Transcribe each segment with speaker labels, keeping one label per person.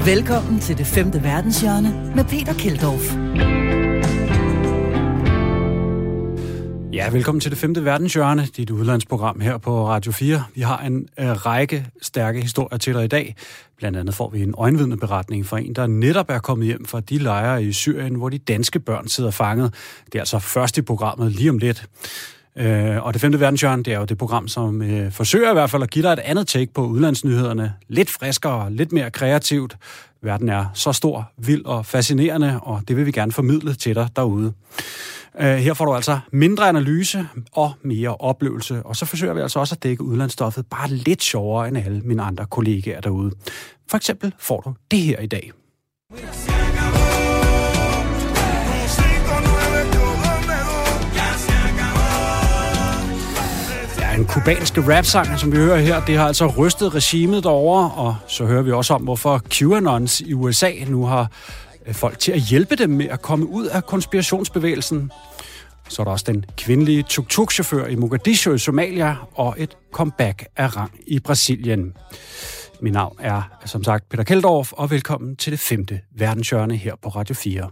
Speaker 1: Velkommen til det 5. verdenshjørne med Peter Keldorf.
Speaker 2: Ja, velkommen til det 5. verdenshjørne, dit udlandsprogram her på Radio 4. Vi har en række stærke historier til dig i dag. Blandt andet får vi en øjenvidneberetning fra en, der netop er kommet hjem fra de lejre i Syrien, hvor de danske børn sidder fanget. Det er altså først i programmet lige om lidt. Og det 5. verdenshjørne, det er jo det program, som forsøger i hvert fald at give dig et andet take på udlandsnyhederne. Lidt friskere, lidt mere kreativt. Verden er så stor, vild og fascinerende, og det vil vi gerne formidle til dig derude. Her får du altså mindre analyse og mere oplevelse, og så forsøger vi altså også at dække udlandsstoffet bare lidt sjovere end alle mine andre kollegaer derude. For eksempel får du det her i dag. En kubansk rapsang, som vi hører her, det har altså rystet regimet derovre, og så hører vi også om, hvorfor QAnons i USA nu har folk til at hjælpe dem med at komme ud af konspirationsbevægelsen. Så er der også den kvindelige tuk-tuk-chauffør i Mogadishu i Somalia, og et comeback af rang i Brasilien. Mit navn er, som sagt, Peter Keldorf, og velkommen til det 5. verdenshjørne her på Radio 4.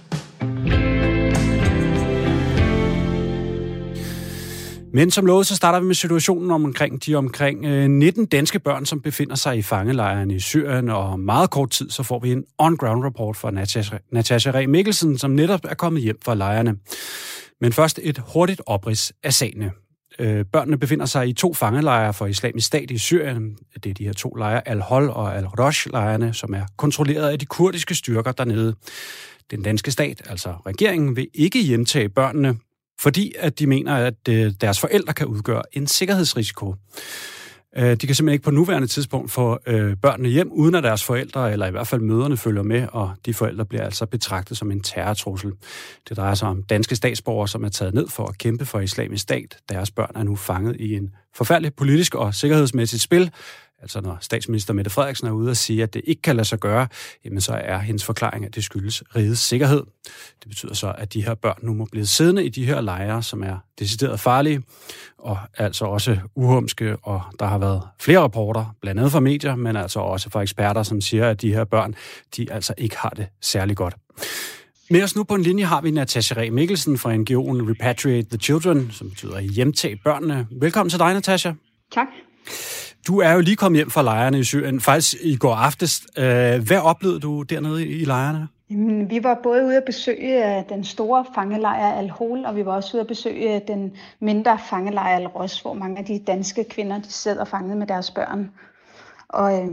Speaker 2: Men som lovet, så starter vi med situationen omkring 19 danske børn, som befinder sig i fangelejren i Syrien, og om meget kort tid, så får vi en on-ground report fra Natasha Reh Mikkelsen, som netop er kommet hjem fra lejrene. Men først et hurtigt oprids af sagene. Børnene befinder sig i 2 fangelejre for Islamisk Stat i Syrien. Det er de her 2 lejre, Al-Hol og Al-Rosh-lejrene, som er kontrolleret af de kurdiske styrker dernede. Den danske stat, altså regeringen, vil ikke hjemtage børnene, fordi at de mener, at deres forældre kan udgøre en sikkerhedsrisiko. De kan simpelthen ikke på nuværende tidspunkt få børnene hjem, uden at deres forældre, eller i hvert fald mødrene, følger med, og de forældre bliver altså betragtet som en terrortrussel. Det drejer sig om danske statsborgere, som er taget ned for at kæmpe for Islamisk Stat. Deres børn er nu fanget i en forfærdelig politisk og sikkerhedsmæssigt spil. Altså når statsminister Mette Frederiksen er ude og sige, at det ikke kan lade sig gøre, jamen så er hendes forklaring, at det skyldes rigets sikkerhed. Det betyder så, at de her børn nu må blive siddende i de her lejre, som er decideret farlige, og altså også uhumske, og der har været flere rapporter, blandt andet fra medier, men altså også fra eksperter, som siger, at de her børn, de altså ikke har det særlig godt. Med os nu på en linje har vi Natasha Reh Mikkelsen fra NGO'en Repatriate the Children, som betyder hjemtag børnene. Velkommen til dig, Natasha.
Speaker 3: Tak.
Speaker 2: Du er jo lige kommet hjem fra lejrene i Syrien, faktisk i går aftes. Hvad oplevede du dernede i lejrene?
Speaker 3: Vi var både ude at besøge den store fangelejr Al-Hol, og vi var også ude at besøge den mindre fangelejr Al-Rosh, hvor mange af de danske kvinder de sidder fanget med deres børn. Og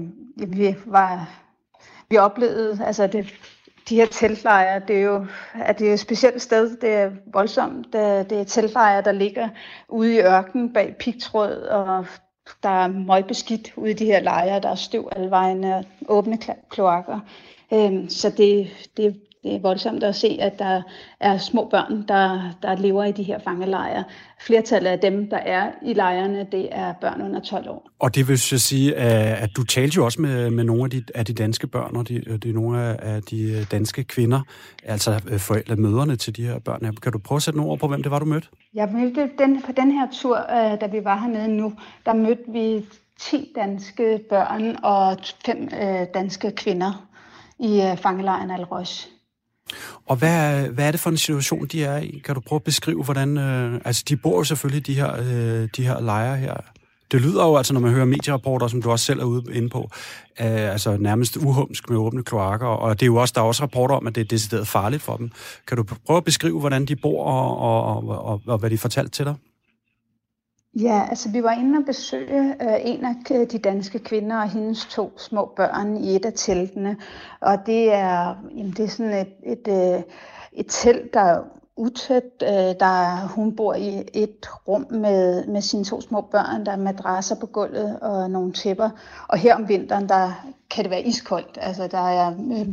Speaker 3: vi oplevede, altså de her teltlejre, det er jo et specielt sted. Det er voldsomt. Det er teltlejre, der ligger ude i ørkenen bag pigtråd, og der er møgbeskidt ude i de her lejre. Der er støv alle vegne og åbne kloakker. Så det er voldsomt at se, at der er små børn, der lever i de her fangelejre. Flertallet af dem, der er i lejrene, det er børn under 12 år. Og
Speaker 2: det vil så sige, at du talte jo også med nogle af de danske børn, og det er nogle af de danske kvinder, altså forældre, mødrene til de her børn. Kan du prøve at sætte nogle ord på, hvem det var, du mødte?
Speaker 3: Jeg mødte på den her tur, da vi var hernede nu, der mødte vi 10 danske børn og 5 danske kvinder i fangelejren Al-Rosh.
Speaker 2: Og hvad er det for en situation, de er i? Kan du prøve at beskrive, hvordan... altså, de bor jo selvfølgelig i de her lejre her. Det lyder jo altså, når man hører medierapporter, som du også selv er ude inde på, altså nærmest uhumsk med åbne kloakker, og det er jo også, der er også rapporter om, at det er decideret farligt for dem. Kan du prøve at beskrive, hvordan de bor, og hvad de fortalte til dig?
Speaker 3: Ja, altså vi var inde og besøge en af de danske kvinder og hendes 2 små børn i et af teltene. Og det er sådan et telt, der er utæt. Hun bor i et rum med sine 2 små børn. Der er madrasser på gulvet og nogle tæpper. Og her om vinteren, der kan det være iskoldt. Altså der er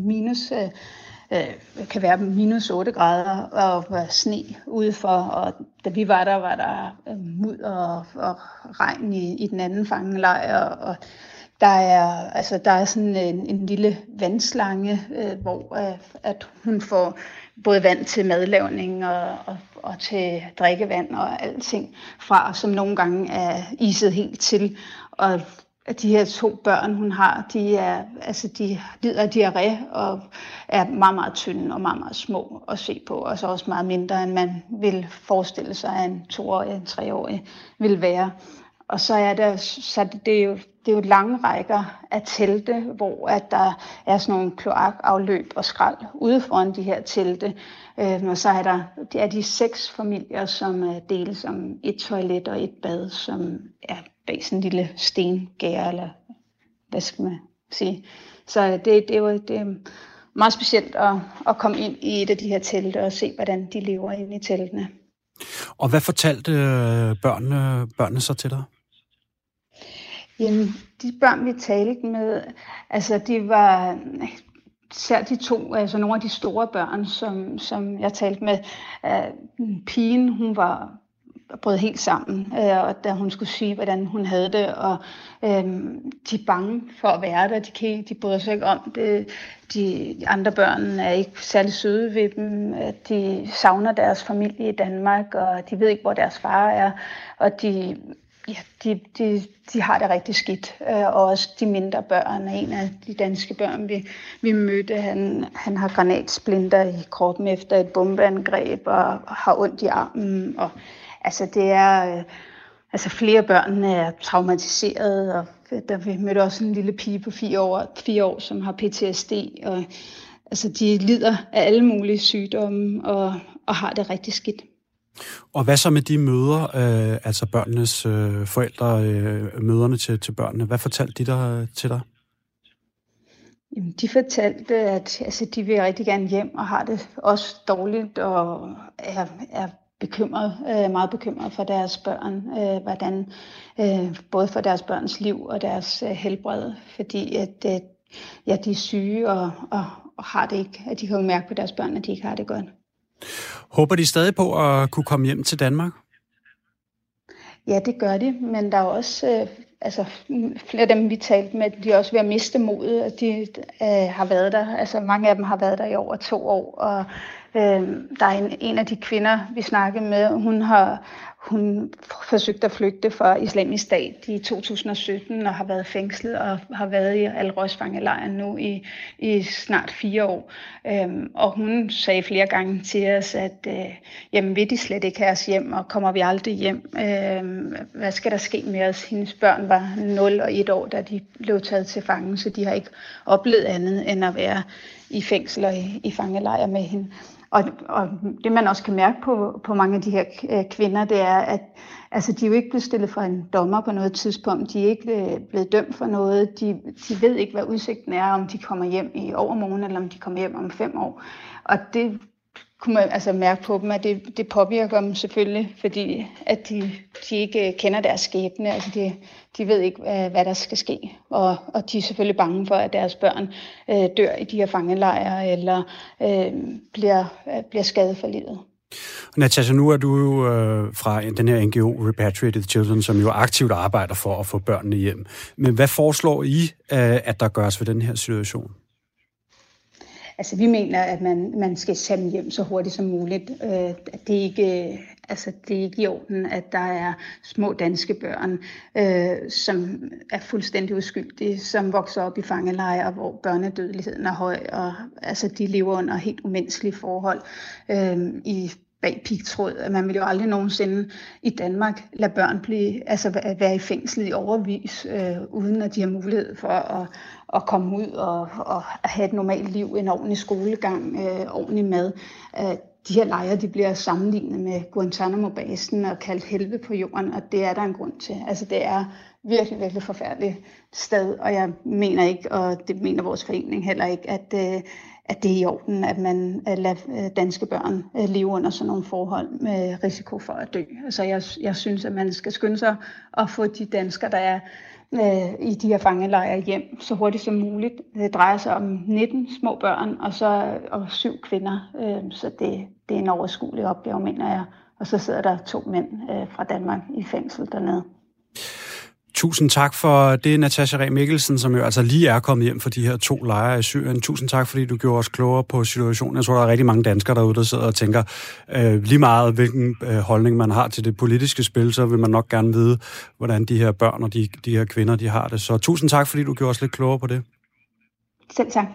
Speaker 3: kan være minus 8 grader og sne udefor, og da vi var der mudder og regn i den anden fangelejr, og der er sådan en lille vandslange, hvor at hun får både vand til madlavning og til drikkevand og alting fra, som nogle gange er iset helt til, og de her 2 børn, hun har, de lider af diarré og er meget, meget tynde og meget, meget små at se på, og så også meget mindre, end man vil forestille sig, at en 2-årig, en 3-årig vil være. Og så er det er jo lange rækker af telte, hvor at der er sådan nogle kloakafløb og skrald ude foran de her telte. Og så er de 6 familier, som deles om et toilet og et bad, som er bag sådan en lille stengær, eller hvad skal man sige. Så det er meget specielt at komme ind i et af de her telte og se, hvordan de lever inde i teltene.
Speaker 2: Og hvad fortalte børnene så til dig?
Speaker 3: Jamen, de børn, vi talte med, altså de var, især de 2, altså nogle af de store børn, som jeg talte med, pigen, hun var brød helt sammen, og da hun skulle sige, hvordan hun havde det, og de er bange for at være der, de bryder sig ikke om det. De andre børn er ikke særlig søde ved dem, de savner deres familie i Danmark, og de ved ikke, hvor deres far er, og de har det rigtig skidt, og også de mindre børn. En af de danske børn, vi mødte, han har granatsplinter i kroppen efter et bombeangreb, og har ondt i armen, og altså det er, flere børn er traumatiseret, og vi mødte også en lille pige på 4 år, som har PTSD, og altså de lider af alle mulige sygdomme, og har det rigtig skidt.
Speaker 2: Og hvad så med de mødre, altså børnenes forældre, mødrene til børnene? Hvad fortalte de til dig?
Speaker 3: Jamen, de fortalte, at de vil rigtig gerne hjem og har det også dårligt og er meget bekymret for deres børn, hvordan både for deres børns liv og deres helbred, fordi at de er syge og har det ikke, at de kan jo mærke på deres børn, at de ikke har det godt.
Speaker 2: Håber de stadig på at kunne komme hjem til Danmark?
Speaker 3: Ja, det gør de, men der er også flere af dem, vi talte med, de er også ved at miste modet, at de har været der. Altså mange af dem har været der i over 2 år, og der er en af de kvinder, vi snakkede med, hun forsøgte at flygte fra Islamisk Stat i 2017 og har været fængslet og har været i Al-Roj-fangelejren nu i snart 4 år. Og hun sagde flere gange til os, at jamen vil de slet ikke have os hjem, og kommer vi aldrig hjem? Hvad skal der ske med os? Hendes børn var 0 og 1 år, da de blev taget til fange, så de har ikke oplevet andet end at være i fængsel og i fangelejre med hende. Og det man også kan mærke på mange af de her kvinder, det er, at de er jo ikke blevet stillet for en dommer på noget tidspunkt. De er ikke blevet dømt for noget. De ved ikke, hvad udsigten er, om de kommer hjem i overmorgen, eller om de kommer hjem om 5 år. Og det kunne man mærke på dem, at det påvirker dem selvfølgelig, fordi at de ikke kender deres skæbne. Altså de ved ikke, hvad der skal ske. Og de er selvfølgelig bange for, at deres børn dør i de her fangelejre, eller bliver skadet for livet.
Speaker 2: Natasha, nu er du jo fra den her NGO Repatriated Children, som jo aktivt arbejder for at få børnene hjem. Men hvad foreslår I, at der gøres ved den her situation?
Speaker 3: Altså, vi mener, at man skal tage dem hjem så hurtigt som muligt. Det er ikke i orden, at der er små danske børn, som er fuldstændig uskyldige, som vokser op i fangelejre, hvor børnedødeligheden er høj, og altså, de lever under helt umenneskelige forhold bag pigtråd. Man vil jo aldrig nogensinde i Danmark lade børn være i fængsel i overvis, uden at de har mulighed for at komme ud og have et normalt liv, en ordentlig skolegang, ordentlig mad. De her lejre, de bliver sammenlignet med Guantanamo-basen og kaldt helvede på jorden, og det er der en grund til. Altså det er virkelig, virkelig forfærdeligt sted, og jeg mener ikke, og det mener vores forening heller ikke, at det er i orden, at man lader danske børn leve under sådan nogle forhold med risiko for at dø. Altså jeg synes, at man skal skynde sig at få de danskere, der er i de her fangelejre hjem så hurtigt som muligt. Det drejer sig om 19 små børn og 7 kvinder, så det er en overskuelig opgave, mener jeg. Og så sidder der 2 mænd fra Danmark i fængsel dernede.
Speaker 2: Tusind tak for det, Natasha Reh Mikkelsen, som jo altså lige er kommet hjem fra de her 2 lejre i Syrien. Tusind tak, fordi du gjorde os klogere på situationen. Jeg tror, der er rigtig mange danskere derude, der sidder og tænker lige meget, hvilken holdning man har til det politiske spil, så vil man nok gerne vide, hvordan de her børn og de her kvinder, de har det. Så tusind tak, fordi du gjorde os lidt klogere på det.
Speaker 3: Selv tak.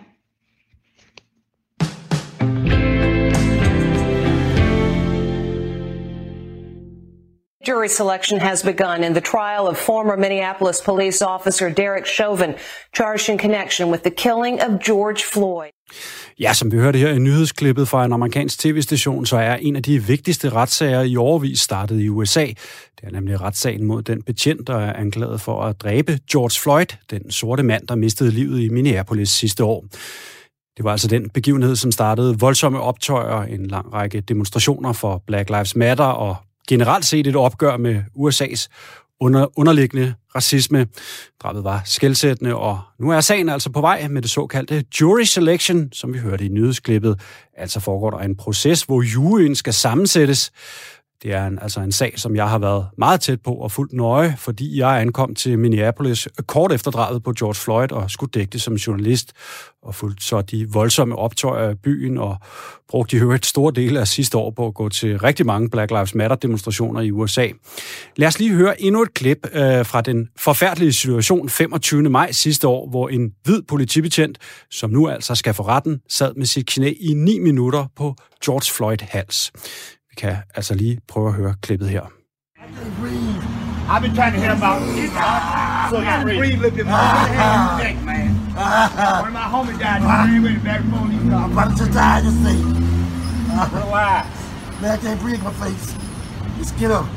Speaker 4: Jury selection has begun in the trial of former Minneapolis police officer Derek Chauvin, charged in connection with the killing of George Floyd.
Speaker 2: Ja, som vi hørte her i nyhedsklippet fra en amerikansk tv-station, så er en af de vigtigste retssager i årevis startet i USA. Det er nemlig retssagen mod den betjent, der er anklaget for at dræbe George Floyd, den sorte mand, der mistede livet i Minneapolis sidste år. Det var altså den begivenhed, som startede voldsomme optøjer, en lang række demonstrationer for Black Lives Matter og generelt set et opgør med USA's underliggende racisme. Drabet var skelsættende, og nu er sagen altså på vej med det såkaldte jury selection, som vi hørte i nyhedsklippet. Altså foregår der en proces, hvor juryen skal sammensættes. Det er altså en sag, som jeg har været meget tæt på og fulgt nøje, fordi jeg ankom til Minneapolis kort efter drabet på George Floyd og skulle dække det som journalist og fulgte så de voldsomme optøjer i byen og brugte i øvrigt store dele af sidste år på at gå til rigtig mange Black Lives Matter-demonstrationer i USA. Lad os lige høre endnu et klip fra den forfærdelige situation 25. maj sidste år, hvor en hvid politibetjent, som nu altså skal for retten, sad med sit knæ i 9 minutter på George Floyd hals. Vi kan altså lige prøve at høre klippet her.
Speaker 5: I've been trying to hear about this. So I can breathe a little bit more. Neck, man. One of my homies died. He went back before these guys.
Speaker 6: I'm about to die to see.
Speaker 5: Relax.
Speaker 6: Man, I can't breathe my face. Just get up.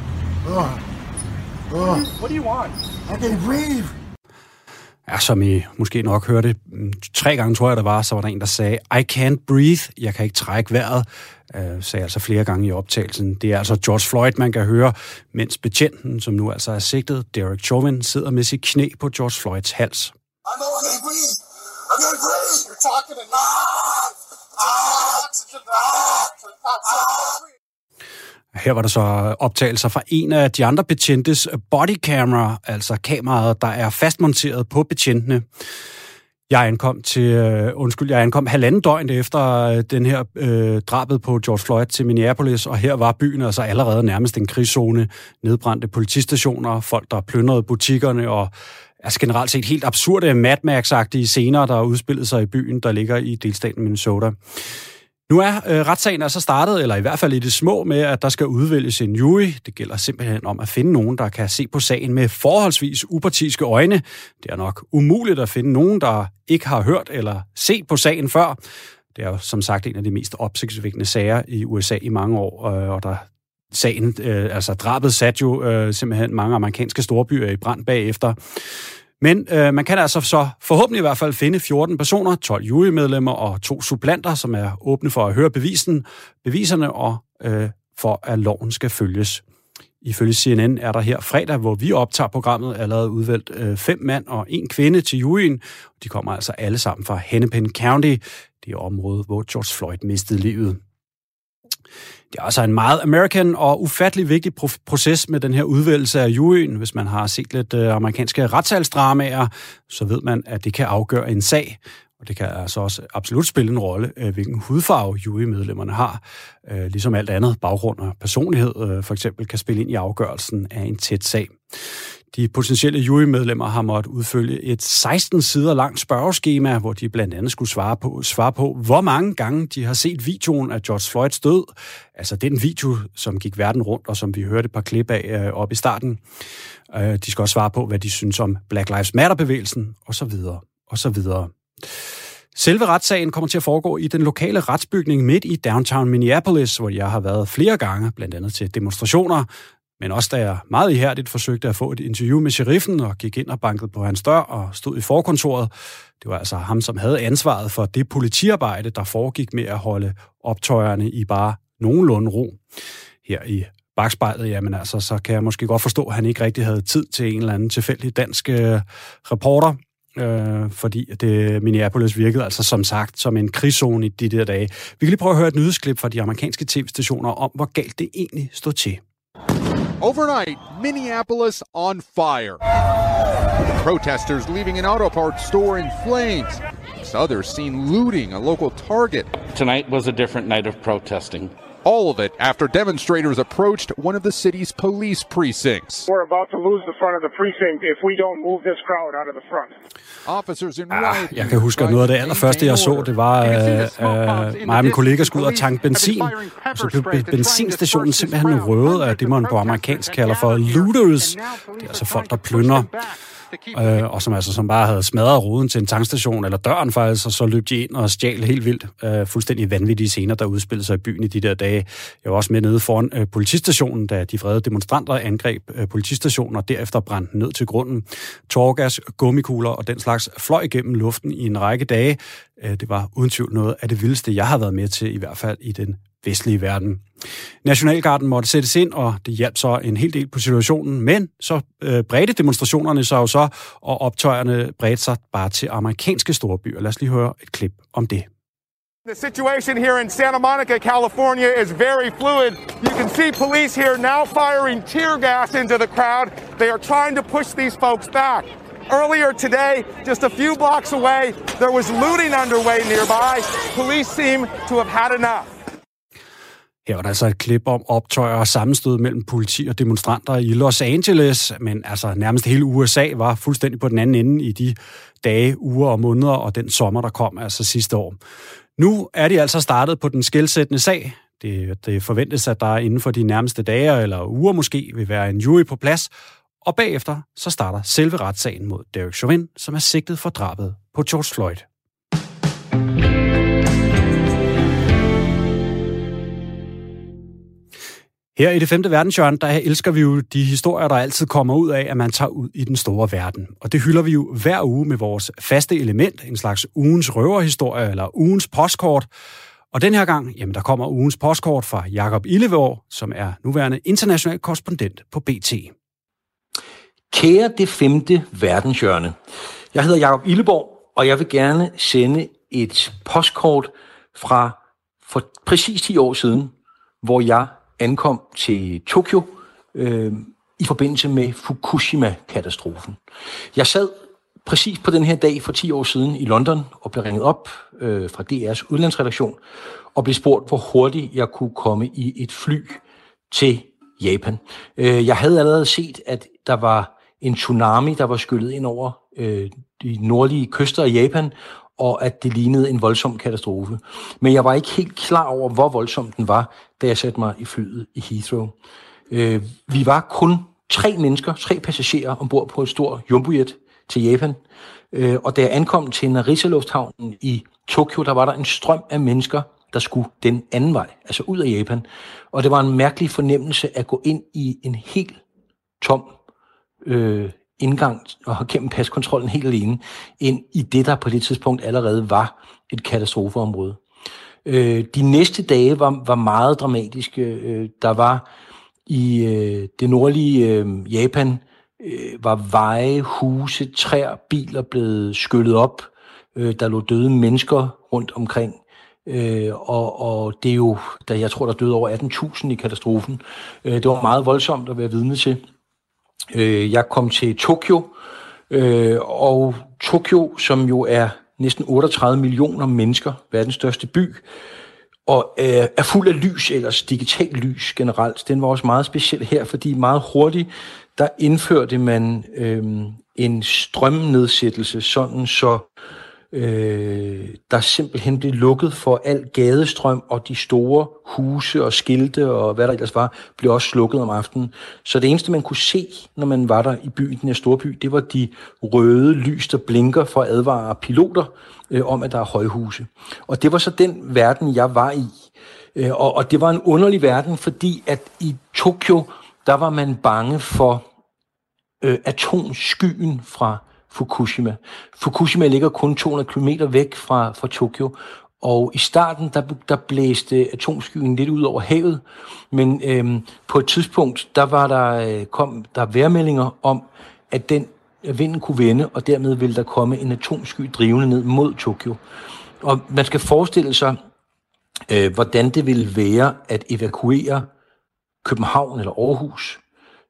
Speaker 5: What do you want?
Speaker 6: I can't breathe.
Speaker 2: Ja, som I måske nok hørte 3 gange, tror jeg, der var, så var der en, der sagde, I can't breathe, jeg kan ikke trække vejret, sagde altså flere gange i optagelsen. Det er altså George Floyd, man kan høre, mens betjenten, som nu altså er sigtet, Derek Chauvin, sidder med sit knæ på George Floyds hals.
Speaker 6: I know I can't breathe. I can't breathe.
Speaker 5: You're talking to me. Oxygen.
Speaker 2: Her var der så optagelser fra en af de andre betjentes bodycamera, altså kameraet, der er fastmonteret på betjentene. Jeg ankom 1,5 døgn efter den her drabet på George Floyd til Minneapolis, og her var byen altså allerede nærmest en krigszone, nedbrændte politistationer, folk der plyndrede butikkerne og altså generelt set helt absurde Mad Max-agtige scener, der udspillede sig i byen, der ligger i delstaten Minnesota. Nu er retssagen altså startet, eller i hvert fald i det små, med, at der skal udvælges en jury. Det gælder simpelthen om at finde nogen, der kan se på sagen med forholdsvis upartiske øjne. Det er nok umuligt at finde nogen, der ikke har hørt eller set på sagen før. Det er jo som sagt en af de mest opsigtsvækkende sager i USA i mange år, og der sagen, altså drabet satte jo simpelthen mange amerikanske storbyer i brand bagefter. Men man kan altså så forhåbentlig i hvert fald finde 14 personer, 12 jurymedlemmer og 2 supplanter, som er åbne for at høre beviserne og for at loven skal følges. Ifølge CNN er der her fredag, hvor vi optager programmet, allerede udvalgt 5 mand og 1 kvinde til juryen. De kommer altså alle sammen fra Hennepin County, det er området, hvor George Floyd mistede livet. Det er altså en meget American og ufattelig vigtig proces med den her udvælgelse af juryen. Hvis man har set lidt amerikanske retssalsdramaer, så ved man, at det kan afgøre en sag. Og det kan altså også absolut spille en rolle, hvilken hudfarve jurymedlemmerne har. Ligesom alt andet, baggrund og personlighed for eksempel kan spille ind i afgørelsen af en tæt sag. De potentielle jurymedlemmer har måttet udfylde et 16 sider langt spørgeskema, hvor de blandt andet skulle svare på, hvor mange gange de har set videoen af George Floyds død. Altså den video, som gik verden rundt, og som vi hørte et par klip af op i starten. De skal også svare på, hvad de synes om Black Lives Matter-bevægelsen, osv. osv. Selve retssagen kommer til at foregå i den lokale retsbygning midt i downtown Minneapolis, hvor jeg har været flere gange, blandt andet til demonstrationer, men også da jeg meget ihærdigt forsøgte at få et interview med sheriffen og gik ind og bankede på hans dør og stod i forkontoret. Det var altså ham, som havde ansvaret for det politiarbejde, der foregik med at holde optøjerne i bare nogenlunde ro. Her i bagspejlet, jamen altså, så kan jeg måske godt forstå, at han ikke rigtig havde tid til en eller anden tilfældig dansk reporter, fordi Minneapolis virkede altså som sagt som en krigszone i de der dage. Vi kan lige prøve at høre et nyhedsklip fra de amerikanske tv-stationer om, hvor galt det egentlig stod til.
Speaker 7: Overnight, Minneapolis on fire. Protesters leaving an auto parts store in flames. Others seen looting a local Target.
Speaker 8: Tonight was a different night of protesting.
Speaker 7: All of it after demonstrators approached one of the city's police precincts.
Speaker 5: We're about to lose the front of the precinct if we don't move this crowd out of the front.
Speaker 7: Officers in riot.
Speaker 2: Jeg kan huske, at noget af det allerførste, jeg så, det var mig og min kollega skulle ud og tanke benzin. Så blev benzinstationen simpelthen røvet af det, man på amerikansk kalder for looters. Det er altså folk, der plyndrer. Og som bare havde smadret ruden til en tankstation, eller døren faktisk, og så løb de ind og stjal helt vildt. Fuldstændig vanvittige scener, der udspillede sig i byen i de der dage. Jeg var også med nede foran politistationen, da de vrede demonstranter angreb politistationen, og derefter brændte ned til grunden. Tårgas, gummikugler og den slags fløj igennem luften i en række dage. Det var uden tvivl noget af det vildeste, jeg har været med til, i hvert fald i den vestlige verden. Nationalgarden måtte sættes ind, og det hjalp så en hel del på situationen, men så bredte demonstrationerne sig jo så, og optøjerne bredte sig bare til amerikanske storbyer. Lad os lige høre et klip om det.
Speaker 5: The situation here in Santa Monica, California is very fluid. You can see police here now firing tear gas into the crowd. They are trying to push these folks back. Earlier today, just a few blocks away, there was looting underway nearby. Police seem to have had enough.
Speaker 2: Her var der altså et klip om optøjer og sammenstød mellem politi og demonstranter i Los Angeles, men altså nærmest hele USA var fuldstændig på den anden ende i de dage, uger og måneder og den sommer, der kom altså sidste år. Nu er de altså startet på den skelsættende sag. Det forventes, at der inden for de nærmeste dage eller uger måske vil være en jury på plads, og bagefter så starter selve retssagen mod Derek Chauvin, som er sigtet for drabet på George Floyd. Her i det 5. verdenshjørne, der elsker vi jo de historier, der altid kommer ud af, at man tager ud i den store verden. Og det hylder vi jo hver uge med vores faste element, en slags ugens røverhistorie eller ugens postkort. Og den her gang, jamen der kommer ugens postkort fra Jakob Illeborg, som er nuværende international korrespondent på BT.
Speaker 9: Kære det 5. verdenshjørne. Jeg hedder Jakob Illeborg, og jeg vil gerne sende et postkort fra for præcis 10 år siden, hvor jeg ankom til Tokyo i forbindelse med Fukushima-katastrofen. Jeg sad præcis på den her dag for 10 år siden i London og blev ringet op fra DR's udlandsredaktion og blev spurgt, hvor hurtigt jeg kunne komme i et fly til Japan. Jeg havde allerede set, at der var en tsunami, der var skyllet ind over de nordlige kyster af Japan, og at det lignede en voldsom katastrofe. Men jeg var ikke helt klar over, hvor voldsom den var, da jeg satte mig i flyet i Heathrow. Vi var kun 3 passagerer ombord på et stort jumbojet til Japan. Og da jeg ankom til Narita-lufthavnen i Tokyo, der var der en strøm af mennesker, der skulle den anden vej, altså ud af Japan. Og det var en mærkelig fornemmelse at gå ind i en helt tom indgang og gennem paskontrollen helt alene ind i det, der på det tidspunkt allerede var et katastrofeområde. De næste dage var meget dramatiske. Der var i det nordlige Japan var veje, huse, træer, biler blevet skyllet op. Der lå døde mennesker rundt omkring. Og det er jo, jeg tror, der døde over 18.000 i katastrofen. Det var meget voldsomt at være vidne til. Jeg kom til Tokyo, og Tokyo, som jo er næsten 38 millioner mennesker, verdens største by, og er fuld af lys, ellers digitalt lys generelt. Den var også meget speciel her, fordi meget hurtigt, der indførte man en strømnedsættelse, sådan så der simpelthen blev lukket for al gadestrøm, og de store huse og skilte og hvad der ellers var, blev også slukket om aftenen. Så det eneste, man kunne se, når man var der i byen, den her store by, det var de røde lys, der blinker for at advare piloter om, at der er højhuse. Og det var så den verden, jeg var i. Og det var en underlig verden, fordi at i Tokyo, der var man bange for atomskyen fra Fukushima. Fukushima ligger kun 200 km væk fra Tokyo, og i starten der blæste atomskyen lidt ud over havet, men på et tidspunkt kom der vejrmeldinger om, at vinden kunne vende, og dermed ville der komme en atomsky drivende ned mod Tokyo. Og man skal forestille sig, hvordan det ville være at evakuere København eller Aarhus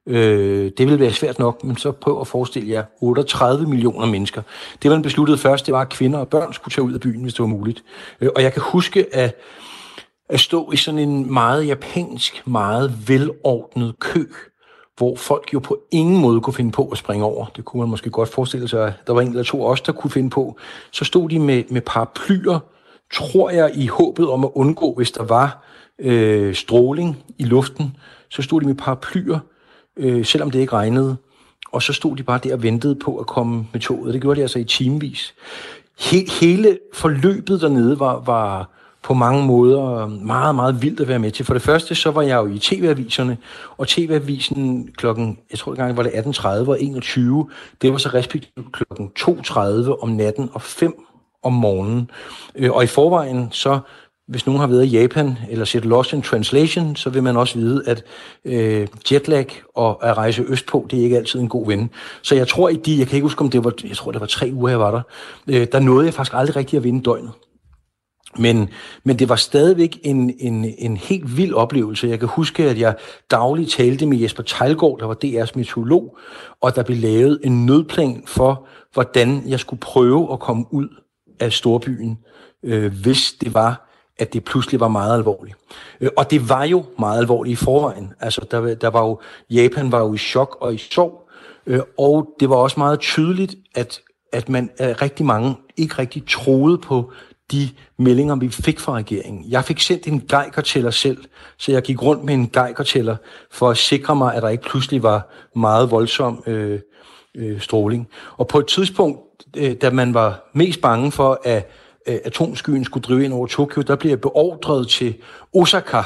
Speaker 9: Det vil være svært nok, men så prøv at forestille jer 38 millioner mennesker. Det, man besluttede først, det var, at kvinder og børn skulle tage ud af byen, hvis det var muligt. Og jeg kan huske at stå i sådan en meget japansk, meget velordnet kø, hvor folk jo på ingen måde kunne finde på at springe over. Det kunne man måske godt forestille sig, at der var en eller to også, der kunne finde på. Så stod de med paraplyer, tror jeg, i håbet om at undgå, hvis der var stråling i luften, så stod de med paraplyer, selvom det ikke regnede. Og så stod de bare der og ventede på at komme med toget. Det gjorde de altså i timevis. Hele forløbet dernede var på mange måder meget, meget vildt at være med til. For det første, så var jeg jo i TV-aviserne, og TV-avisen klokken, jeg tror engang var det 18.30 og 21, det var så respektivt klokken 2.30 om natten og 5 om morgenen. Og i forvejen, så hvis nogen har været i Japan eller set Lost in Translation, så vil man også vide, at jetlag og at rejse østpå, det er ikke altid en god ven. Så jeg tror, jeg kan ikke huske, om det var, jeg tror, det var 3 uger, jeg var der. Der nåede jeg faktisk aldrig rigtig at vinde døgnet. Men det var stadigvæk en helt vild oplevelse. Jeg kan huske, at jeg dagligt talte med Jesper Teilgaard, der var DR's meteorolog, og der blev lavet en nødplan for, hvordan jeg skulle prøve at komme ud af storbyen, hvis det var, at det pludselig var meget alvorligt. Og det var jo meget alvorligt i forvejen. Altså, der var jo, Japan var jo i chok og i sorg, og det var også meget tydeligt, at man rigtig mange ikke rigtig troede på de meldinger, vi fik fra regeringen. Jeg fik sendt en Geiger-tæller selv, så jeg gik rundt med en Geiger-tæller for at sikre mig, at der ikke pludselig var meget voldsom stråling. Og på et tidspunkt, da man var mest bange for, at atomskyen skulle drive ind over Tokyo, der blev jeg beordret til Osaka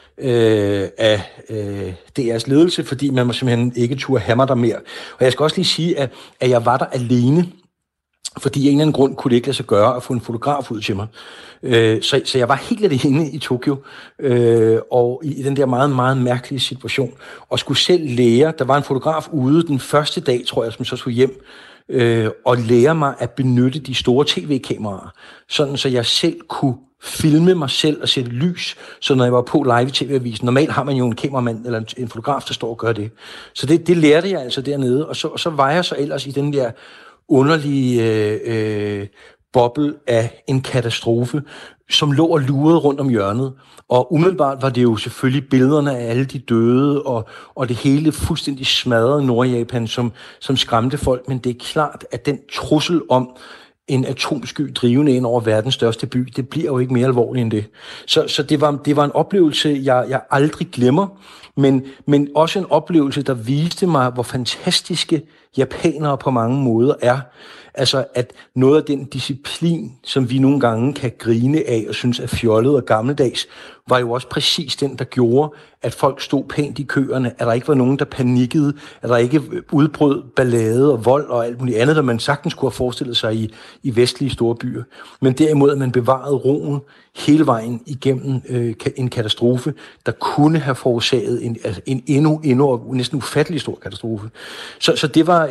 Speaker 9: af DR's ledelse, fordi man må simpelthen ikke turde have mig der mere. Og jeg skal også lige sige, at jeg var der alene, fordi af en eller anden grund kunne det ikke lade sig gøre at få en fotograf ud til mig. Så jeg var helt alene i Tokyo, og i den der meget, meget mærkelige situation, og skulle selv lære, der var en fotograf ude den første dag, tror jeg, som så skulle hjem, og lære mig at benytte de store tv-kameraer, sådan så jeg selv kunne filme mig selv og sætte lys, så når jeg var på live i tv-avisen. Normalt har man jo en kameramand eller en fotograf, der står og gør det. Så det lærte jeg altså dernede, og så var jeg så ellers i den der underlige boble af en katastrofe, som lå og lurede rundt om hjørnet. Og umiddelbart var det jo selvfølgelig billederne af alle de døde, og det hele fuldstændig smadrede Nordjapan, som skræmte folk. Men det er klart, at den trussel om en atomsky drivende ind over verdens største by, det bliver jo ikke mere alvorligt end det. Så det var en oplevelse, jeg aldrig glemmer, men også en oplevelse, der viste mig, hvor fantastiske japanere på mange måder er. Altså, at noget af den disciplin, som vi nogle gange kan grine af og synes er fjollet og gammeldags, var jo også præcis den, der gjorde, at folk stod pænt i køerne, at der ikke var nogen, der panikkede, at der ikke udbrød ballade og vold og alt muligt andet, der man sagtens kunne have forestillet sig i vestlige store byer. Men derimod, at man bevarede roen hele vejen igennem en katastrofe, der kunne have forårsaget en endnu næsten ufattelig stor katastrofe. Så det var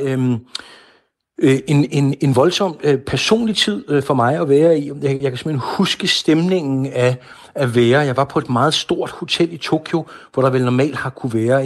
Speaker 9: en voldsom personlig tid for mig at være i. Jeg kan simpelthen huske stemningen af at være. Jeg var på et meget stort hotel i Tokyo, hvor der vel normalt har kunne være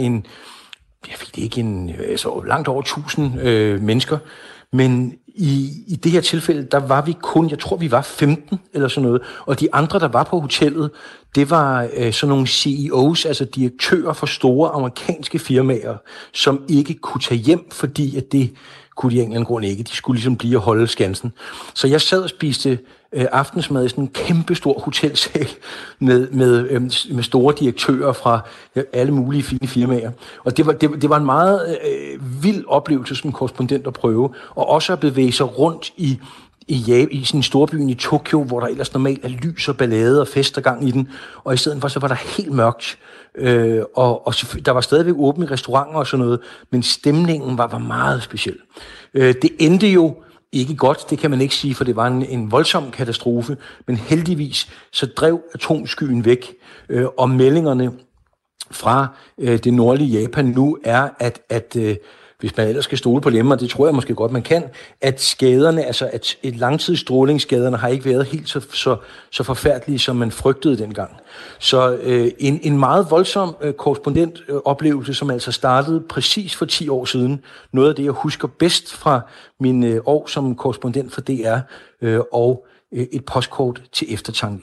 Speaker 9: langt over 1000 mennesker. Men i det her tilfælde, der var vi kun, jeg tror vi var 15 eller sådan noget. Og de andre, der var på hotellet, det var sådan nogle CEOs, altså direktører for store amerikanske firmaer, som ikke kunne tage hjem, fordi at det kunne de af en eller anden grund ikke. De skulle ligesom blive og holde skansen. Så jeg sad og spiste aftensmad i sådan en kæmpestor hotelsal med store direktører fra alle mulige fine firmaer. Og det var en meget vild oplevelse som korrespondent at prøve, og også at bevæge sig rundt i sådan en storbyen i Tokyo, hvor der ellers normalt er lys og ballade og fest og gang i den, og i stedet for så var der helt mørkt, og der var stadigvæk åbne restauranter og sådan noget, men stemningen var meget speciel. Det endte jo ikke godt, det kan man ikke sige, for det var en voldsom katastrofe, men heldigvis så drev atomskyen væk, og meldingerne fra det nordlige Japan nu er, at hvis man ellers skal stole på dem, og det tror jeg måske godt, man kan, at skaderne, altså at et langtidsstrålingsskaderne har ikke været helt så forfærdelige, som man frygtede dengang. Så en meget voldsom korrespondentoplevelse, som altså startede præcis for 10 år siden. Noget af det, jeg husker bedst fra mine år som korrespondent for DR, og et postkort til eftertanke.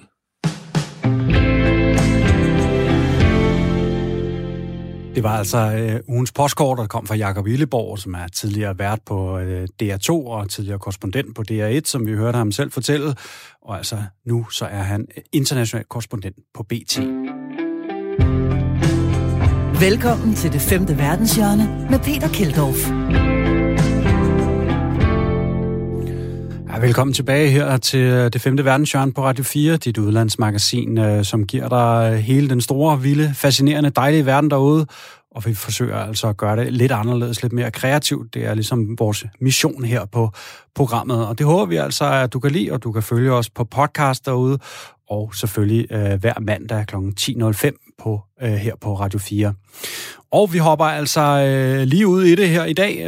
Speaker 2: Det var altså ugens postkort, der kom fra Jakob Illeborg, som er tidligere vært på DR2 og tidligere korrespondent på DR1, som vi hørte ham selv fortælle. Og altså nu så er han international korrespondent på BT.
Speaker 1: Velkommen til Det 5. Verdenshjørne med Peter Keldorf.
Speaker 2: Ja, velkommen tilbage her til Det 5. Verdenshjørne på Radio 4, dit udlandsmagasin, som giver dig hele den store, vilde, fascinerende, dejlige verden derude. Og vi forsøger altså at gøre det lidt anderledes, lidt mere kreativt. Det er ligesom vores mission her på programmet. Og det håber vi altså, at du kan lide, og du kan følge os på podcast derude. Og selvfølgelig hver mandag kl. 10.05 her på Radio 4. Og vi hopper altså lige ud i det her i dag.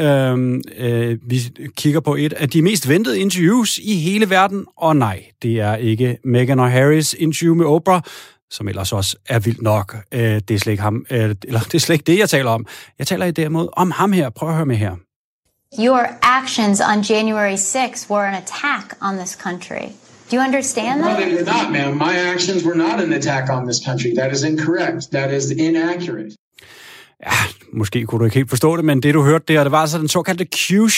Speaker 2: Vi kigger på et af de mest ventede interviews i hele verden. Og nej, det er ikke Meghan og Harrys interview med Oprah, som ellers også er vildt nok. Det er slet ikke ham, eller det er slet ikke det, jeg taler om. Jeg taler derimod om ham her. Prøv at høre med her.
Speaker 10: Your actions on January 6th were an attack on this country. Do you understand that?
Speaker 11: No, they were not, ma'am. My actions were not an attack on this country. That is incorrect. That is inaccurate.
Speaker 2: Ja, måske kunne du ikke helt forstå det, men det du hørte der, det var altså den såkaldte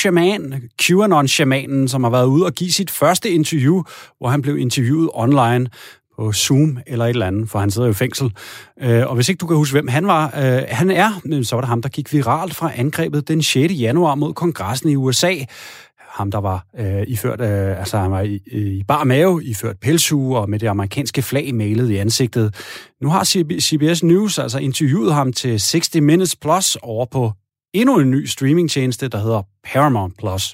Speaker 2: QAnon-shamanen, som har været ude og give sit første interview, hvor han blev interviewet online på Zoom eller et eller andet, for han sidder jo i fængsel. Og hvis ikke du kan huske, hvem han var, så var det ham, der gik viralt fra angrebet den 6. januar mod kongressen i USA. Ham, der var iført, han var i bar mave, iført pelshue og med det amerikanske flag malet i ansigtet. Nu har CBS News altså interviewet ham til 60 Minutes Plus over på endnu en ny streamingtjeneste, der hedder Paramount Plus.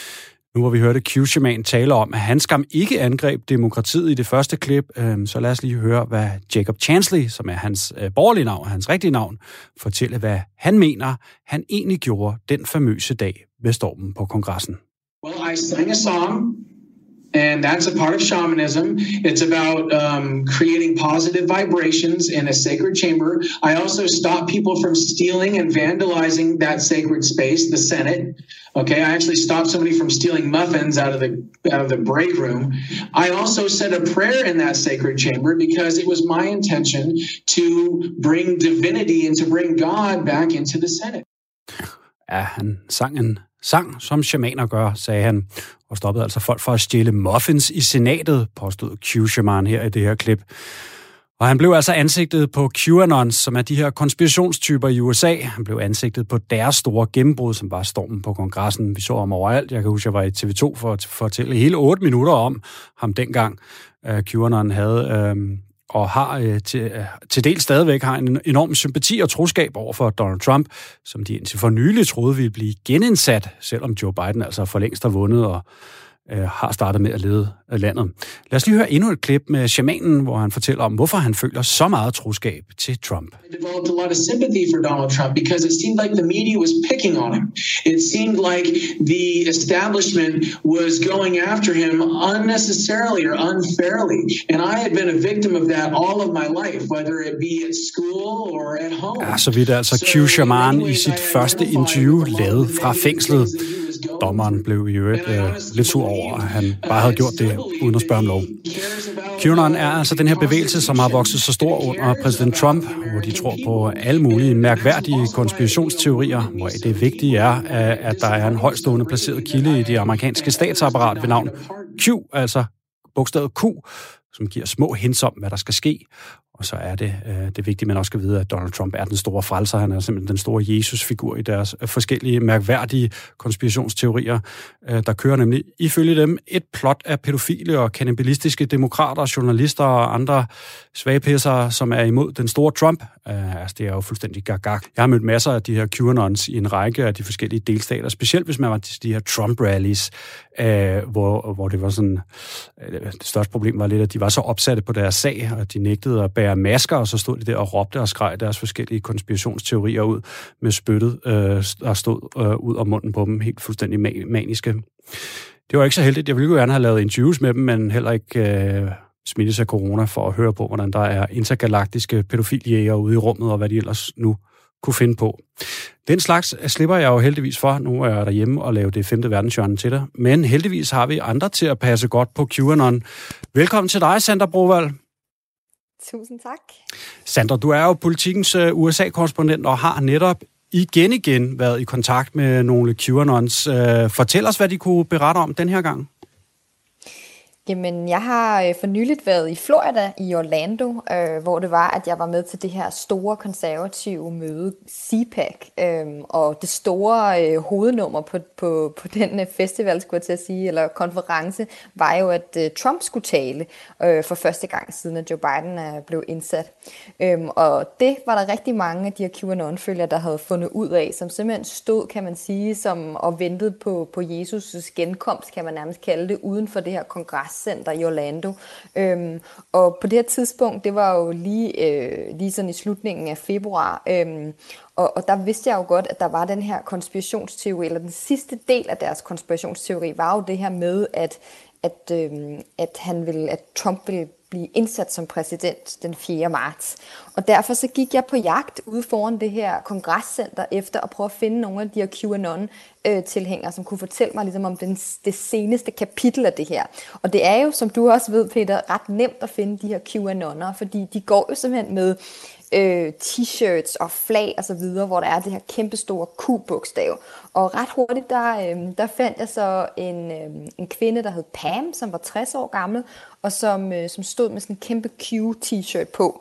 Speaker 2: Nu hvor vi hørte Q-shaman tale om, at han skam ikke angreb demokratiet i det første klip, så lad os lige høre, hvad Jacob Chansley, som er hans borgerlige navn, hans rigtige navn, fortælle, hvad han mener, han egentlig gjorde den famøse dag ved stormen på kongressen.
Speaker 11: Well, I sang a song, and that's a part of shamanism. It's about creating positive vibrations in a sacred chamber. I also stop people from stealing and vandalizing that sacred space, the Senate. Okay, I actually stopped somebody from stealing muffins out of the break room. I also said a prayer in that sacred chamber because it was my intention to bring divinity and to bring God back into the Senate.
Speaker 2: Ja, han sang en sang, som shamaner gør, sagde han, og stoppede altså folk for at stjæle muffins i senatet, påstod Q-shaman her i det her klip. Og han blev altså ansigtet på QAnons, som er de her konspirationstyper i USA. Han blev ansigtet på deres store gennembrud, som var stormen på kongressen. Vi så ham overalt. Jeg kan huske, jeg var i TV2 for at fortælle hele 8 minutter om ham dengang. QAnon havde og har til dels stadigvæk har en enorm sympati og troskab over for Donald Trump, som de indtil for nylig troede ville blive genindsat, selvom Joe Biden altså for længst har vundet og har startet med at lede landet. Lad os lige høre endnu et klip med shamanen, hvor han fortæller om, hvorfor han føler så meget troskab til Trump.
Speaker 11: I developed a lot of sympathy for Donald Trump because it seemed like the media was picking on him. It seemed like the establishment was going after him unnecessarily or unfairly. And I had been a victim of that all of my life, whether it be at school or at home.
Speaker 2: Ja, så vidt altså Q-shaman i sit første interview lavet fra fængslet. Dommeren blev i øvrigt lidt sur over, at han bare havde gjort det uden at spørge om lov. QAnon er altså den her bevægelse, som har vokset så stor under præsident Trump, hvor de tror på alle mulige mærkværdige konspirationsteorier, hvor det vigtige er, at der er en højtstående placeret kilde i det amerikanske statsapparat ved navn Q, altså bogstavet Q, som giver små hints om, hvad der skal ske. Og så er det vigtige, man også skal vide, at Donald Trump er den store frelser. Han er simpelthen den store Jesus-figur i deres forskellige mærkværdige konspirationsteorier. Der kører nemlig ifølge dem et plot af pædofile og kannibalistiske demokrater, journalister og andre svagpissere, som er imod den store Trump. Det er jo fuldstændig gag. Jeg har mødt masser af de her QAnons i en række af de forskellige delstater, specielt hvis man var til de her Trump-rallies, hvor det var sådan... Det største problem var lidt, at de var så opsatte på deres sag, og de nægtede at bære bære masker, og så stod de der og råbte og skreg deres forskellige konspirationsteorier ud med spyttet, der stod ud af munden på dem, helt fuldstændig maniske. Det var ikke så heldigt. Jeg ville jo gerne have lavet interviews med dem, men heller ikke smittes af corona for at høre på, hvordan der er intergalaktiske pædofiljæger ude i rummet, og hvad de ellers nu kunne finde på. Den slags slipper jeg jo heldigvis for. Nu er jeg derhjemme og laver det 5. verdenshjørne til dig. Men heldigvis har vi andre til at passe godt på QAnon. Velkommen til dig, Sandra Brovold.
Speaker 12: Tusind tak.
Speaker 2: Sandra, du er jo Politikens USA-korrespondent og har netop igen været i kontakt med nogle QAnons. Fortæl os, hvad de kunne berette om den her gang.
Speaker 12: Jamen, jeg har for nyligt været i Florida, i Orlando, hvor det var, at jeg var med til det her store konservative møde, CPAC. Og det store hovednummer på den festival, skulle jeg til at sige, eller konference, var jo, at Trump skulle tale for første gang siden, at Joe Biden blev indsat. Og det var der rigtig mange af de her QAnon-følgere, der havde fundet ud af, som simpelthen stod, kan man sige, som og ventede på Jesus' genkomst, kan man nærmest kalde det, uden for det her kongrescenter i Orlando. Og på det her tidspunkt, det var jo lige sådan i slutningen af februar, og der vidste jeg jo godt, at der var den her konspirationsteori, eller den sidste del af deres konspirationsteori, var jo det her med, at Trump ville blive indsat som præsident den 4. marts. Og derfor så gik jeg på jagt ude foran det her kongrescenter efter at prøve at finde nogle af de her QAnon-tilhængere, som kunne fortælle mig ligesom om det seneste kapitel af det her. Og det er jo, som du også ved, Peter, ret nemt at finde de her QAnon'ere, fordi de går jo simpelthen med t-shirts og flag og så videre, hvor der er det her kæmpestore Q-bogstav. Og ret hurtigt, der fandt jeg så en kvinde, der hed Pam, som var 60 år gammel, og som stod med sådan en kæmpe Q-t-shirt på.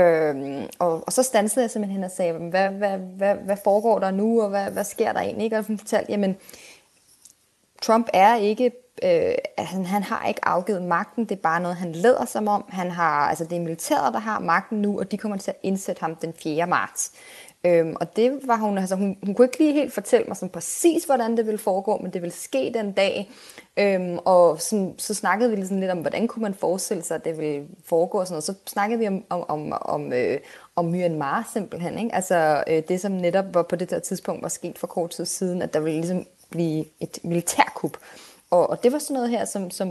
Speaker 12: Og så standsede jeg simpelthen og sagde, hvad foregår der nu, og hvad sker der egentlig? Og hun fortalte, jamen, Trump er ikke, han har ikke afgivet magten, det er bare noget, han lader som om. Det er militæret, der har magten nu, og de kommer til at indsætte ham den 4. marts. Og det var hun kunne ikke lige helt fortælle mig sådan præcis, hvordan det ville foregå, men det ville ske den dag. Og så snakkede vi sådan lidt om, hvordan kunne man forestille sig, at det ville foregå og sådan noget. Så snakkede vi om Myanmar simpelthen, ikke? Altså det, som netop var på det der tidspunkt var sket for kort tid siden, at der ville ligesom blive et militærkup. Og det var sådan noget her,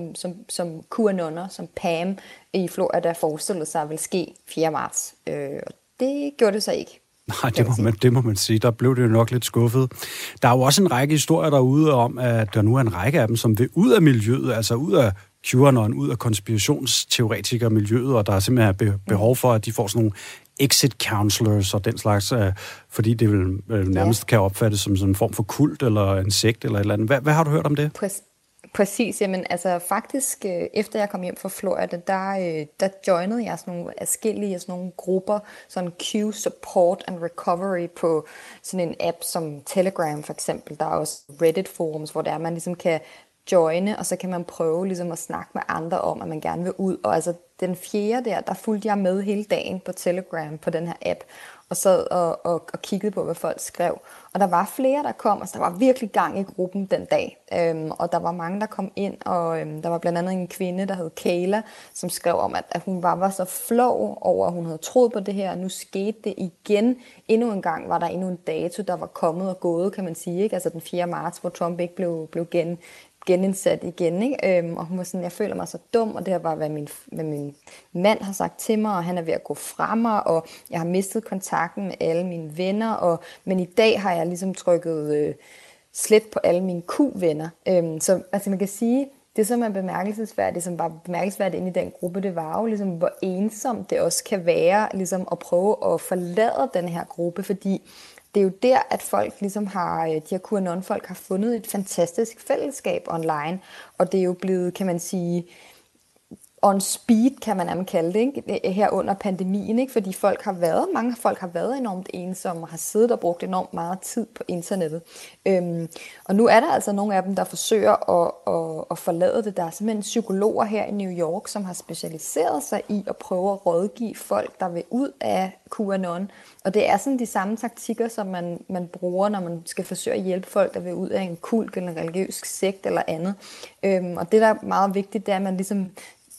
Speaker 12: som QAnon'er, som Pam i Florida forestillede sig ville ske 4. marts. Og det gjorde det så ikke.
Speaker 2: Nej, det må man sige. Der blev det jo nok lidt skuffet. Der er jo også en række historier derude om, at der nu er en række af dem, som vil ud af miljøet, altså ud af QAnon, ud af konspirationsteoretikermiljøet, og der er simpelthen behov for, at de får sådan nogle exit counselors og den slags, fordi det vil nærmest kan opfattes som sådan en form for kult eller en sekt eller et eller andet. Hvad har du hørt om det?
Speaker 12: Præcis, jamen altså faktisk efter jeg kom hjem fra Florida, der joinede jeg sådan nogle forskellige sådan nogle grupper, sådan Q Support and Recovery på sådan en app som Telegram for eksempel. Der er også Reddit forums, hvor man ligesom kan joine, og så kan man prøve ligesom at snakke med andre om, at man gerne vil ud. Og altså den 4. der fulgte jeg med hele dagen på Telegram på den her app, og sad og kiggede på, hvad folk skrev. Og der var flere, der kom, og der var virkelig gang i gruppen den dag. Og der var mange, der kom ind, og der var blandt andet en kvinde, der hed Kayla, som skrev om, at hun var så flov over, at hun havde troet på det her, og nu skete det igen. Endnu en gang var der endnu en dato, der var kommet og gået, kan man sige, ikke? Altså den 4. marts, hvor Trump ikke blev genindsat igen, ikke? Og hun var sådan, jeg føler mig så dum, og det har bare hvad min mand har sagt til mig, og han er ved at gå fra mig, og jeg har mistet kontakten med alle mine venner, men i dag har jeg ligesom trykket slet på alle mine Q-venner. Så altså man kan sige, det som er bemærkelsesværdigt, som var bemærkelsesværdigt inde i den gruppe, det var jo ligesom, hvor ensomt det også kan være, ligesom at prøve at forlade den her gruppe, fordi det er jo der, at folk ligesom de her QAnon-folk har fundet et fantastisk fællesskab online, og det er jo blevet, kan man sige, on speed, kan man nærmest kalde det, ikke? Her under pandemien, ikke? Fordi mange folk har været enormt ensomme og har siddet og brugt enormt meget tid på internettet. Og nu er der altså nogle af dem, der forsøger at forlade det. Der er simpelthen psykologer her i New York, som har specialiseret sig i at prøve at rådgive folk, der vil ud af QAnon. Og det er sådan de samme taktikker, som man bruger, når man skal forsøge at hjælpe folk, der vil ud af en kult eller en religiøs sekt eller andet. Og det, der er meget vigtigt, det er, at man ligesom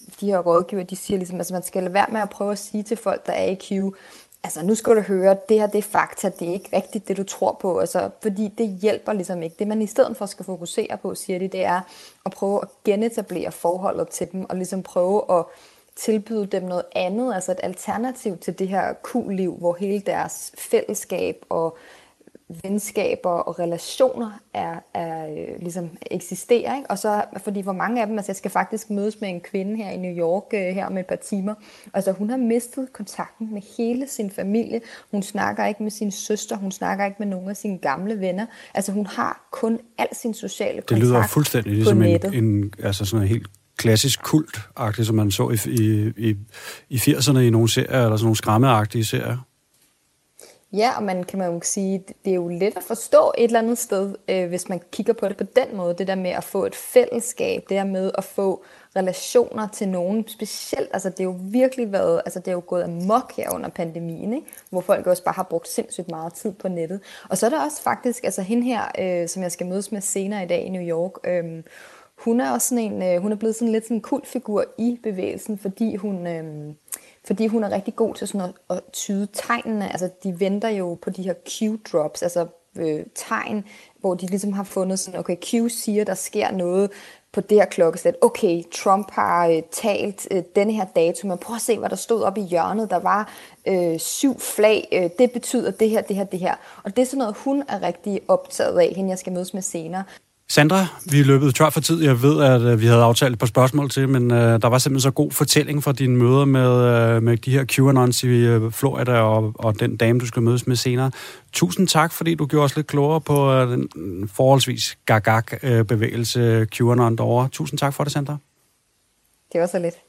Speaker 12: de her rådgiver, de siger ligesom, altså man skal lade være med at prøve at sige til folk, der er i queue, altså nu skal du høre, det her det er fakta, det er ikke rigtigt det du tror på, altså, fordi det hjælper ligesom ikke. Det man i stedet for skal fokusere på, siger de, det er at prøve at genetablere forholdet til dem, og ligesom prøve at tilbyde dem noget andet, altså et alternativ til det her Q-liv, hvor hele deres fællesskab og venskaber og relationer ligesom eksisterer, ikke? Og så, fordi for mange af dem, altså jeg skal faktisk mødes med en kvinde her i New York her om et par timer, altså hun har mistet kontakten med hele sin familie, hun snakker ikke med sin søster, hun snakker ikke med nogen af sine gamle venner, altså hun har kun al sin sociale kontakt.
Speaker 2: Det lyder fuldstændig ligesom en altså sådan en helt klassisk kult-agtigt, som man så i 80'erne i nogle serier, eller sådan nogle skræmmeagtige serier.
Speaker 12: Ja, og man kan jo sige, det er jo let at forstå et eller andet sted, hvis man kigger på det på den måde, det der med at få et fællesskab, det der med at få relationer til nogen specielt, altså det er jo virkelig været, altså det er jo gået amok her under pandemien, ikke? Hvor folk også bare har brugt sindssygt meget tid på nettet. Og så er der også faktisk, altså hende her, som jeg skal mødes med senere i dag i New York, hun er også sådan en, hun er blevet sådan lidt sådan en kultfigur i bevægelsen, fordi hun er rigtig god til sådan at tyde tegnene. Altså, de venter jo på de her Q-drops, altså tegn, hvor de ligesom har fundet sådan, okay, Q siger, der sker noget på det her klokkeslæt. Okay, Trump har talt denne her dato, men prøv at se, hvad der stod oppe i hjørnet. Der var 7 flag. Det betyder det her, det her, det her. Og det er sådan noget, hun er rigtig optaget af, hende jeg skal mødes med senere.
Speaker 2: Sandra, vi er løbet tør for tid. Jeg ved, at vi havde aftalt et par spørgsmål til, men der var simpelthen så god fortælling fra dine møder med de her QAnons i Florida og den dame, du skal mødes med senere. Tusind tak, fordi du gjorde os lidt klogere på den forholdsvis gagag-bevægelse QAnon derovre. Tusind tak for det, Sandra.
Speaker 12: Det var så lidt.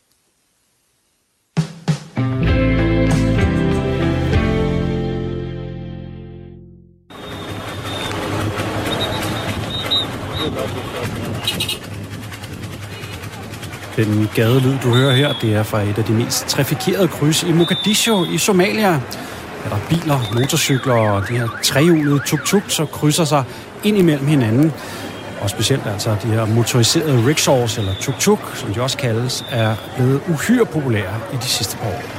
Speaker 2: Den gadelyd, du hører her, det er fra et af de mest trafikerede kryds i Mogadishu i Somalia. Der er biler, motorcykler og de her trehjulede tuk-tuk, så krydser sig ind imellem hinanden. Og specielt altså de her motoriserede rickshaws, eller tuk-tuk, som de også kaldes, er blevet uhyre populære i de sidste par år.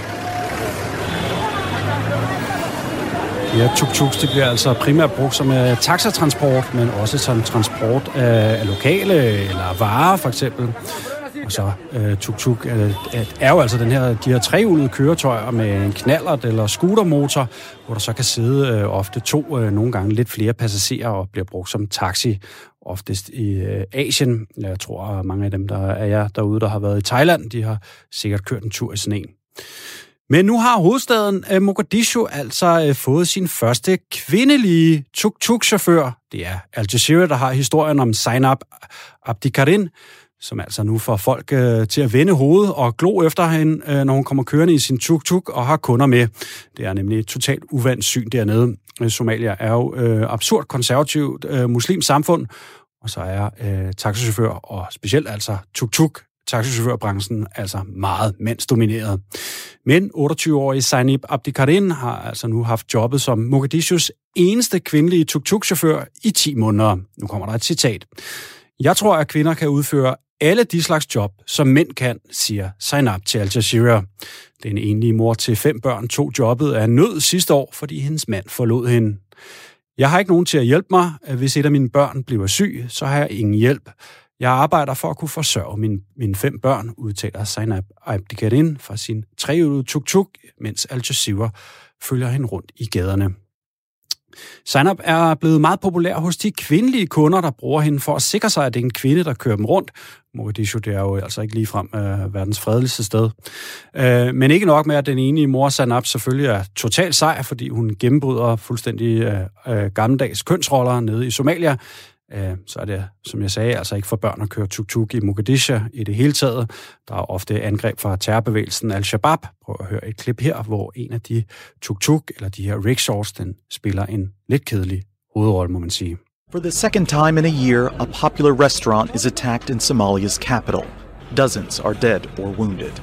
Speaker 2: Ja, tuk-tuks, det bliver altså primært brugt som taxatransport, men også som transport af lokale eller varer, for eksempel. Og så tuk-tuk er jo altså de her trehjulede køretøjer med en knallert eller scootermotor, hvor der så kan sidde ofte 2, nogle gange lidt flere passagerer og bliver brugt som taxi, oftest i Asien. Jeg tror, at mange af dem, der er jer derude, der har været i Thailand, de har sikkert kørt en tur i sådan en. Men nu har hovedstaden Mogadishu altså fået sin første kvindelige tuk-tuk-chauffør. Det er Al Jazeera, der har historien om Zainab Abdikarin, som altså nu får folk til at vende hovedet og glo efter hende, når hun kommer kørende i sin tuk-tuk og har kunder med. Det er nemlig et totalt uvandt syn dernede. Somalia er jo absurd konservativt muslimsk samfund, og så er taxichauffør og specielt altså tuk-tuk taxichaufførbranchen altså meget mandsdomineret. Men 28-årige Zainab Abdikarin har altså nu haft jobbet som Mogadishus eneste kvindelige tuk-tuk-chauffør i 10 måneder. Nu kommer der et citat. Jeg tror, at kvinder kan udføre alle de slags job, som mænd kan, siger Zainab til Al Jazeera. Den enlige mor til 5 børn tog jobbet af nød sidste år, fordi hendes mand forlod hende. Jeg har ikke nogen til at hjælpe mig. Hvis et af mine børn bliver syg, så har jeg ingen hjælp. Jeg arbejder for at kunne forsørge mine 5 børn, udtaler Zainab Abdikarin fra sin trehjulede tuk-tuk, mens Al Jazeera følger hende rundt i gaderne. Zainab er blevet meget populær hos de kvindelige kunder, der bruger hende for at sikre sig, at det er en kvinde, der kører dem rundt. Mogadishu, det er jo altså ikke ligefrem verdens fredeligste sted. Men ikke nok med, at den enige mor Zainab selvfølgelig er totalt sej, fordi hun gennembryder fuldstændig gammeldags kønsroller nede i Somalia. Så er det, som jeg sagde, altså ikke for børn at køre tuk-tuk i Mogadishu i det hele taget. Der er ofte angreb fra terrorbevægelsen Al-Shabaab. Prøv at høre et klip her, hvor en af de tuk-tuk, eller de her rickshaws, den spiller en lidt kedelig hovedrolle, må man sige.
Speaker 13: For the second time in a year, a popular restaurant is attacked in Somalia's capital. Dozens are dead or wounded.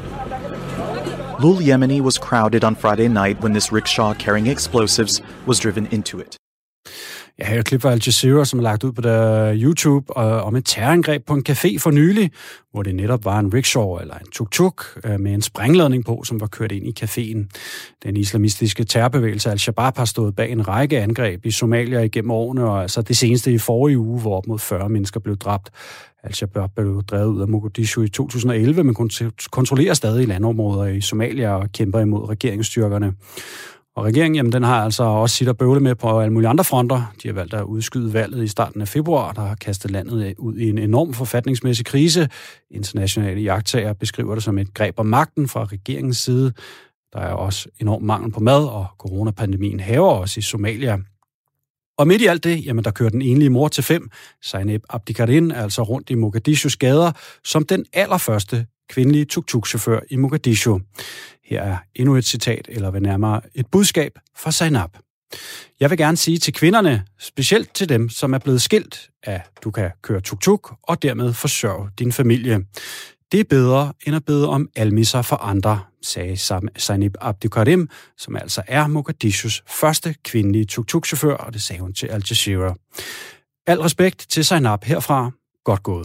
Speaker 13: Lul Yemeni was crowded on Friday night when this rickshaw carrying explosives was driven into it.
Speaker 2: Jeg har et klip fra Al Jazeera, som er lagt ud på der YouTube om et terrorangreb på en café for nylig, hvor det netop var en rickshaw eller en tuk-tuk med en sprængladning på, som var kørt ind i caféen. Den islamistiske terrorbevægelse Al-Shabaab har stået bag en række angreb i Somalia igennem årene, og altså det seneste i forrige uge, hvor op mod 40 mennesker blev dræbt. Al-Shabaab blev drevet ud af Mogadishu i 2011, men kontrollerer stadig landområder i Somalia og kæmper imod regeringsstyrkerne. Og regeringen, jamen, den har altså også sit at bøvle med på alle mulige andre fronter. De har valgt at udskyde valget i starten af februar, der har kastet landet ud i en enorm forfatningsmæssig krise. Internationale iagttagere beskriver det som et greb om magten fra regeringens side. Der er også enorm mangel på mad, og coronapandemien hærger også i Somalia. Og midt i alt det, jamen, der kører den enlige mor til 5, Zainab Abdikarin, altså rundt i Mogadishus gader, som den allerførste kvindelige tuk-tuk-chauffør i Mogadishu. Her er endnu et citat, eller hvad nærmere et budskab fra Zainab. Jeg vil gerne sige til kvinderne, specielt til dem, som er blevet skilt, at du kan køre tuk-tuk og dermed forsørge din familie. Det er bedre end at bede om almisser for andre, sagde Zainab Abdikarim, som altså er Mogadishus første kvindelige tuk-tuk-chauffør, og det sagde hun til Al Jazeera. Al respekt til Zainab herfra. Godt gået.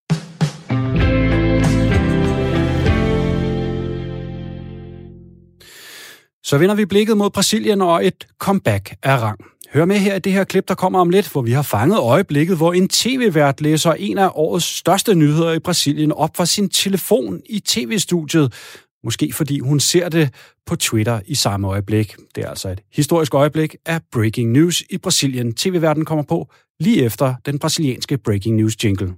Speaker 2: Så vender vi blikket mod Brasilien og et comeback af rang. Hør med her i det her klip, der kommer om lidt, hvor vi har fanget øjeblikket, hvor en tv-vært læser en af årets største nyheder i Brasilien op fra sin telefon i tv-studiet. Måske fordi hun ser det på Twitter i samme øjeblik. Det er altså et historisk øjeblik af breaking news i Brasilien. TV-værten kommer på lige efter den brasilianske breaking news jingle.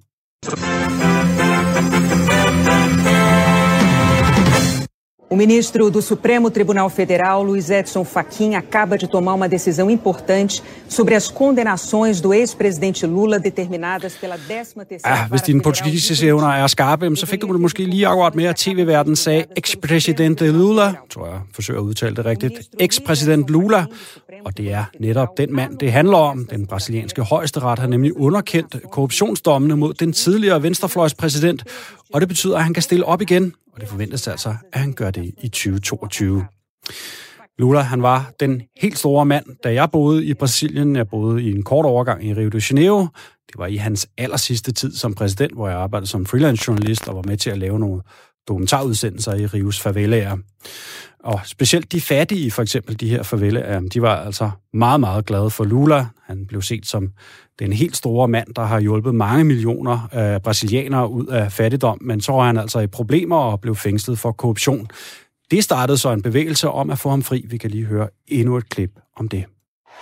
Speaker 14: O ministro do Supremo Tribunal Federal, Luiz Edson Fachin, acaba de tomar uma decisão importante sobre as condenações do ex-presidente Lula determinadas pela 13ª.
Speaker 2: Ja, hvis dine portugisiske evner er skarpe, så fik du det måske lige akkurat med, at tv-verden sagde ex-presidente Lula. Tror jeg forsøger at udtale det rigtigt. Ex-præsident Lula. Og det er netop den mand, det handler om. Den brasilianske højesteret har nemlig underkendt korruptionsdommene mod den tidligere venstrefløjspræsident, og det betyder, at han kan stille op igen, og det forventes altså, at han gør det i 2022. Lula, han var den helt store mand, da jeg boede i Brasilien. Jeg boede i en kort overgang i Rio de Janeiro. Det var i hans allersidste tid som præsident, hvor jeg arbejdede som freelance journalist og var med til at lave nogle dokumentarudsendelser i Rios favelaer. Og specielt de fattige, for eksempel de her favelaer, de var altså meget, meget glade for Lula. Han blev set som den helt store mand, der har hjulpet mange millioner brasilianere ud af fattigdom, men så var han altså i problemer og blev fængslet for korruption. Det startede så en bevægelse om at få ham fri. Vi kan lige høre endnu et klip om det.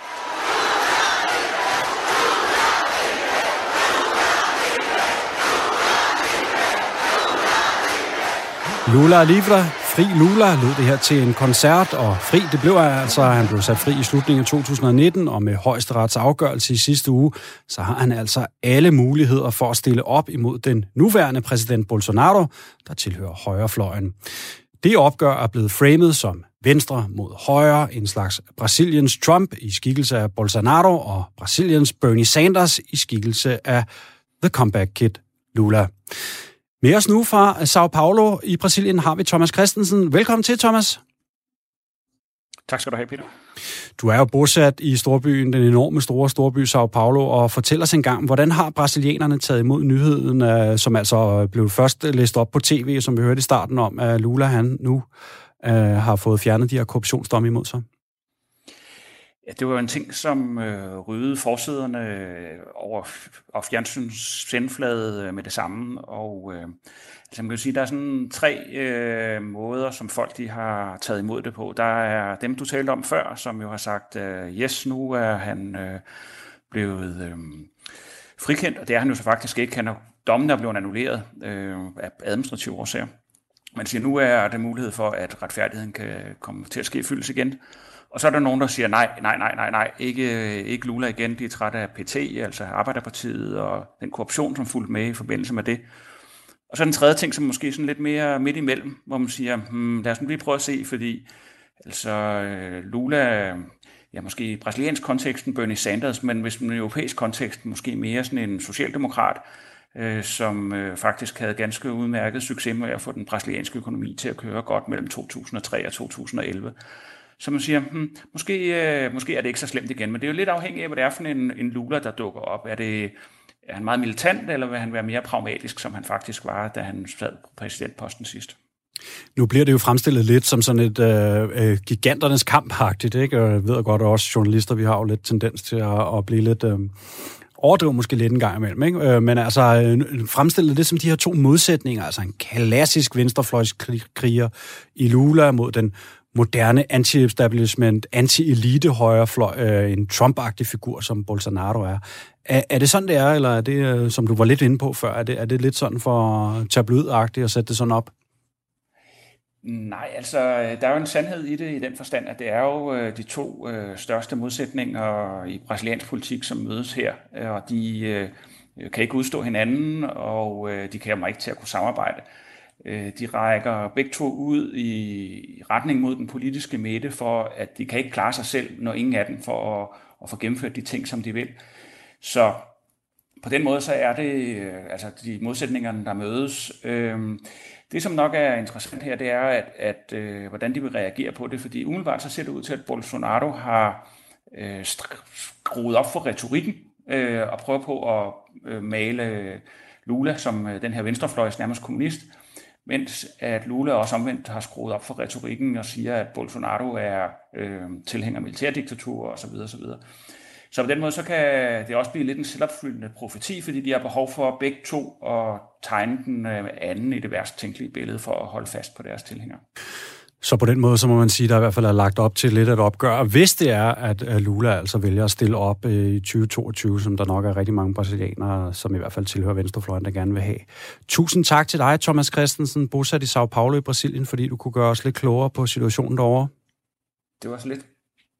Speaker 2: Lula Livre, fri Lula, lød det her til en koncert, og fri, det blev altså, han blev sat fri i slutningen af 2019, og med højesterets afgørelse i sidste uge, så har han altså alle muligheder for at stille op imod den nuværende præsident Bolsonaro, der tilhører højrefløjen. Det opgør er blevet framet som venstre mod højre, en slags Brasiliens Trump i skikkelse af Bolsonaro, og Brasiliens Bernie Sanders i skikkelse af The Comeback Kid Lula. Med os nu fra São Paulo i Brasilien har vi Thomas Christensen. Velkommen til, Thomas.
Speaker 15: Tak skal du have, Peter.
Speaker 2: Du er jo bosat i storbyen, den enorme store storby São Paulo, og fortæl os engang, hvordan har brasilianerne taget imod nyheden, som altså blev først læst op på tv, som vi hørte i starten om, at Lula han nu har fået fjernet de her korruptionsdomme imod sig?
Speaker 15: Ja, det var jo en ting, som ryddede forsiderne over fjernsyns sendeflade med det samme, og altså man kan jo sige, der er sådan 3 måder, som folk de har taget imod det på. Der er dem, du talte om før, som jo har sagt, yes, nu er han blevet frikendt, og det er han jo så faktisk ikke. Dommen er blevet annulleret af administrative årsager. Man siger, nu er der mulighed for, at retfærdigheden kan komme til at ske fyldes igen. Og så er der nogen, der siger, nej, ikke Lula igen, de er trætte af PT, altså Arbejderpartiet, og den korruption, som fulgte med i forbindelse med det. Og så den tredje ting, som måske sådan lidt mere midt imellem, hvor man siger, lad os nu lige prøve at se, fordi altså Lula, ja måske i brasiliansk konteksten Bernie Sanders, men hvis man i europæisk kontekst måske mere sådan en socialdemokrat, som faktisk havde ganske udmærket succes med at få den brasilianske økonomi til at køre godt mellem 2003 og 2011. Så man siger, måske er det ikke så slemt igen, men det er jo lidt afhængigt af, hvad det er for en Lula, der dukker op. Er han meget militant, eller vil han være mere pragmatisk, som han faktisk var, da han sad på præsidentposten sidst?
Speaker 2: Nu bliver det jo fremstillet lidt som sådan et giganternes kamp-agtigt, ikke? Og jeg ved godt, at også journalister, vi har jo lidt tendens til at blive lidt overdrive måske lidt en gang imellem, ikke? Men altså fremstillet det som de her to modsætninger, altså en klassisk venstrefløjskriger i Lula mod den moderne anti-establishment, anti-elite højrefløj, en Trump-agtig figur, som Bolsonaro er. Er det sådan, det er, eller er det, som du var lidt inde på før, er det lidt sådan for tabloidagtigt at sætte det sådan op?
Speaker 15: Nej, altså der er jo en sandhed i det i den forstand, at det er jo de to største modsætninger i brasiliansk politik, som mødes her, og de kan ikke udstå hinanden, og de kommer ikke til at kunne samarbejde. De rækker begge to ud i retning mod den politiske midte, for at de kan ikke klare sig selv, når ingen af dem for at få gennemført de ting, som de vil. Så på den måde så er det altså de modsætningerne, der mødes. Det, som nok er interessant her, det er, at hvordan de vil reagere på det, fordi umiddelbart så ser det ud til, at Bolsonaro har skruet op for retorikken og prøver på at male Lula som den her venstrefløjs nærmest kommunist, mens at Lula også omvendt har skruet op for retorikken og siger, at Bolsonaro er tilhænger af militærdiktatur osv. osv. Så på den måde så kan det også blive lidt en selvopfyldende profeti, fordi de har behov for begge to at tegne den anden i det værst tænkelige billede for at holde fast på deres tilhængere.
Speaker 2: Så på den måde, så må man sige, at der i hvert fald er lagt op til lidt at opgøre, hvis det er, at Lula altså vælger at stille op i 2022, som der nok er rigtig mange brasilianere, som i hvert fald tilhører venstrefløjen, der gerne vil have. Tusind tak til dig, Thomas Christensen, bosat i São Paulo i Brasilien, fordi du kunne gøre os lidt klogere på situationen derovre.
Speaker 15: Det var så lidt.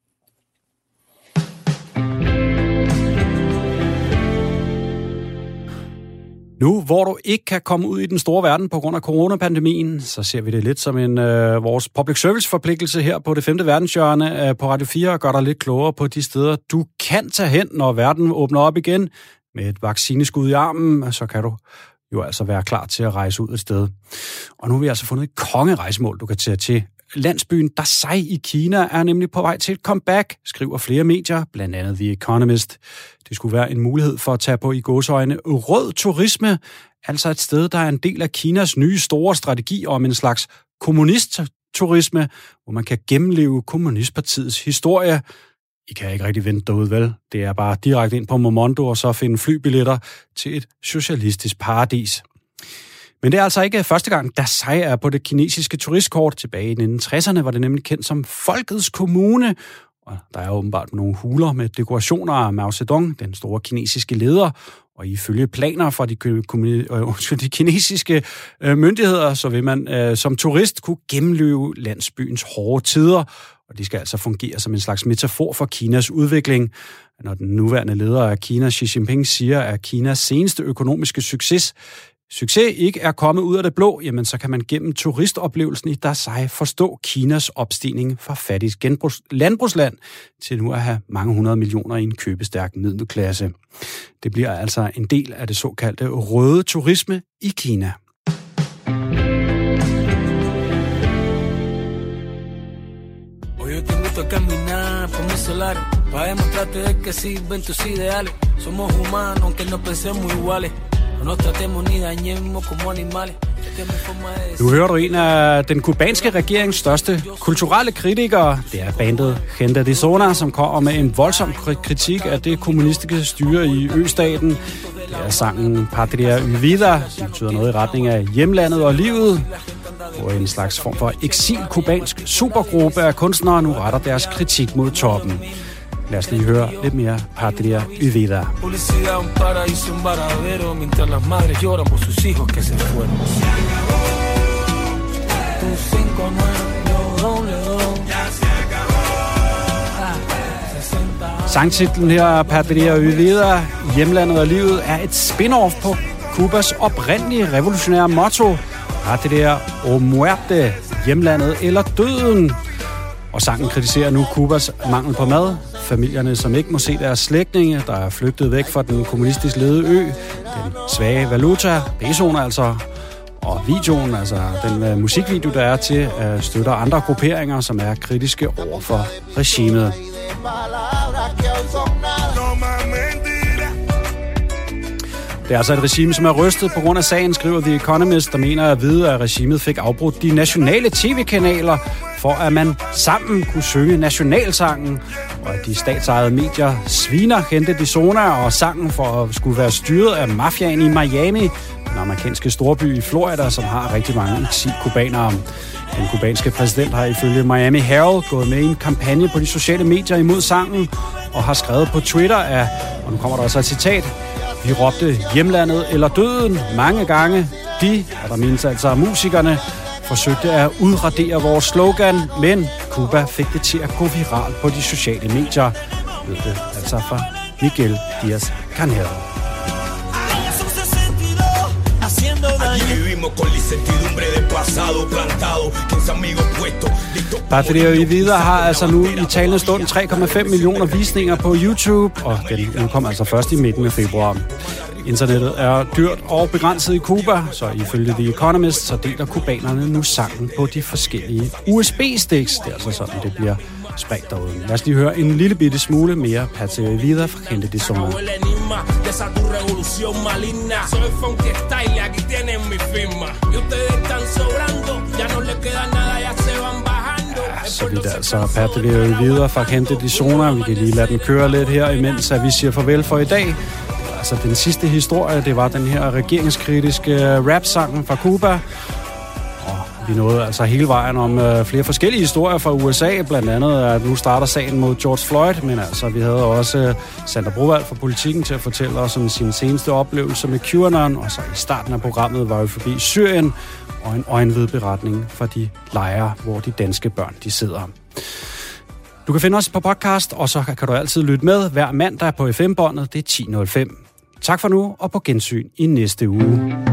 Speaker 2: Nu, hvor du ikke kan komme ud i den store verden på grund af coronapandemien, så ser vi det lidt som en vores public service forpligtelse her på det 5. verdenshjørne på Radio 4 og gør dig lidt klogere på de steder, du kan tage hen, når verden åbner op igen. Med et vaccineskud i armen, så kan du jo altså være klar til at rejse ud et sted. Og nu har vi altså fundet et kongerejsemål, du kan tage til. Landsbyen Dasai i Kina er nemlig på vej til et comeback, skriver flere medier, blandt andet The Economist. Det skulle være en mulighed for at tage på i gåseøjne rød turisme, altså et sted, der er en del af Kinas nye store strategi om en slags kommunistturisme, hvor man kan gennemleve kommunistpartiets historie. I kan ikke rigtig vente derude, vel? Det er bare direkte ind på Momondo og så finde flybilletter til et socialistisk paradis. Men det er altså ikke første gang, Dasai er på det kinesiske turistkort. Tilbage i 1960'erne var det nemlig kendt som Folkets Kommune. Og der er åbenbart nogle huler med dekorationer af Mao Zedong, den store kinesiske leder. Og ifølge planer fra de kinesiske myndigheder, så vil man som turist kunne gennemleve landsbyens hårde tider. Og de skal altså fungere som en slags metafor for Kinas udvikling. Når den nuværende leder af Kina, Xi Jinping, siger, at Kinas seneste økonomiske succes ikke er kommet ud af det blå, jamen så kan man gennem turistoplevelsen i Dasai forstå Kinas opstigning fra fattigt landbrugsland til nu at have mange 100 millioner i en købestærk middelklasse. Det bliver altså en del af det såkaldte røde turisme i Kina.
Speaker 16: Caminar por mis solares para demostrarte de que sirven tus ideales. Somos humanos aunque no pensemos iguales. No tratemos ni dañemos como animales.
Speaker 2: Du hører du en af den kubanske regerings største kulturelle kritikere. Det er bandet Gente de Zona, som kommer med en voldsom kritik af det kommunistiske styre i østaten. Det er sangen Patria y Vida, som betyder noget i retning af hjemlandet og livet. Hvor en slags form for eksil-kubansk supergruppe af kunstnere nu retter deres kritik mod toppen. Lad os lige høre lidt mere Patria y Vida. Sangtitlen her, Patria y Vida, hjemlandet og livet, er et spin-off på Cubas oprindelige revolutionære motto, Patria o muerte, hjemlandet eller døden. Og sangen kritiserer nu Cubas mangel på mad, familierne, som ikke må se deres slægtninge, der er flygtet væk fra den kommunistisk ledede ø, den svage valuta, pesoen altså, Og videoen, altså den musikvideo, der er til, støtter andre grupperinger, som er kritiske over for regimet. Det er altså et regime, som er rystet på grund af sagen, skriver The Economist, der mener at vide, at regimet fik afbrudt de nationale tv-kanaler, for at man sammen kunne synge nationalsangen, og at de statsejede medier sviner Gente de Zona og sangen for at skulle være styret af mafiaen i Miami, den amerikanske storby i Florida, som har rigtig mange eksil-kubanere. Den kubanske præsident har ifølge Miami Herald gået med i en kampagne på de sociale medier imod sangen, og har skrevet på Twitter, at, og nu kommer der også et citat, vi råbte hjemlandet eller døden mange gange. De, og der menes altså musikerne, forsøgte at udradere vores slogan, men Cuba fik det til at gå viralt på de sociale medier. Ved det altså fra Miguel Díaz-Canel. Patria y Vida har altså nu i talende stund 3,5 millioner visninger på YouTube, og den udkom altså først i midten af februar. Internettet er dyrt og begrænset i Cuba, så ifølge The Economist, så deler kubanerne nu sangen på de forskellige USB-sticks. Det er altså sådan, det bliver spredt derude. Lad os lige høre en lille bitte smule mere Patria y Vida fra Gente de Zona. Så vidt altså Patria y Vida fra Gente de Zona. Vi kan lige lade den køre lidt her, imens at vi siger farvel for i dag. Altså den sidste historie, det var den her regeringskritiske rap-sangen fra Cuba. Og vi nåede altså hele vejen om flere forskellige historier fra USA, blandt andet at nu starter sagen mod George Floyd, men altså vi havde også Sandra Brovalg fra Politikken til at fortælle os om sin seneste oplevelse med QAnon, og så i starten af programmet var vi forbi Syrien og en øjenvidberetning fra de lejre, hvor de danske børn de sidder. Du kan finde os på podcast, og så kan du altid lytte med hver mandag på FM-båndet, det er 10.05. Tak for nu, og på gensyn i næste uge.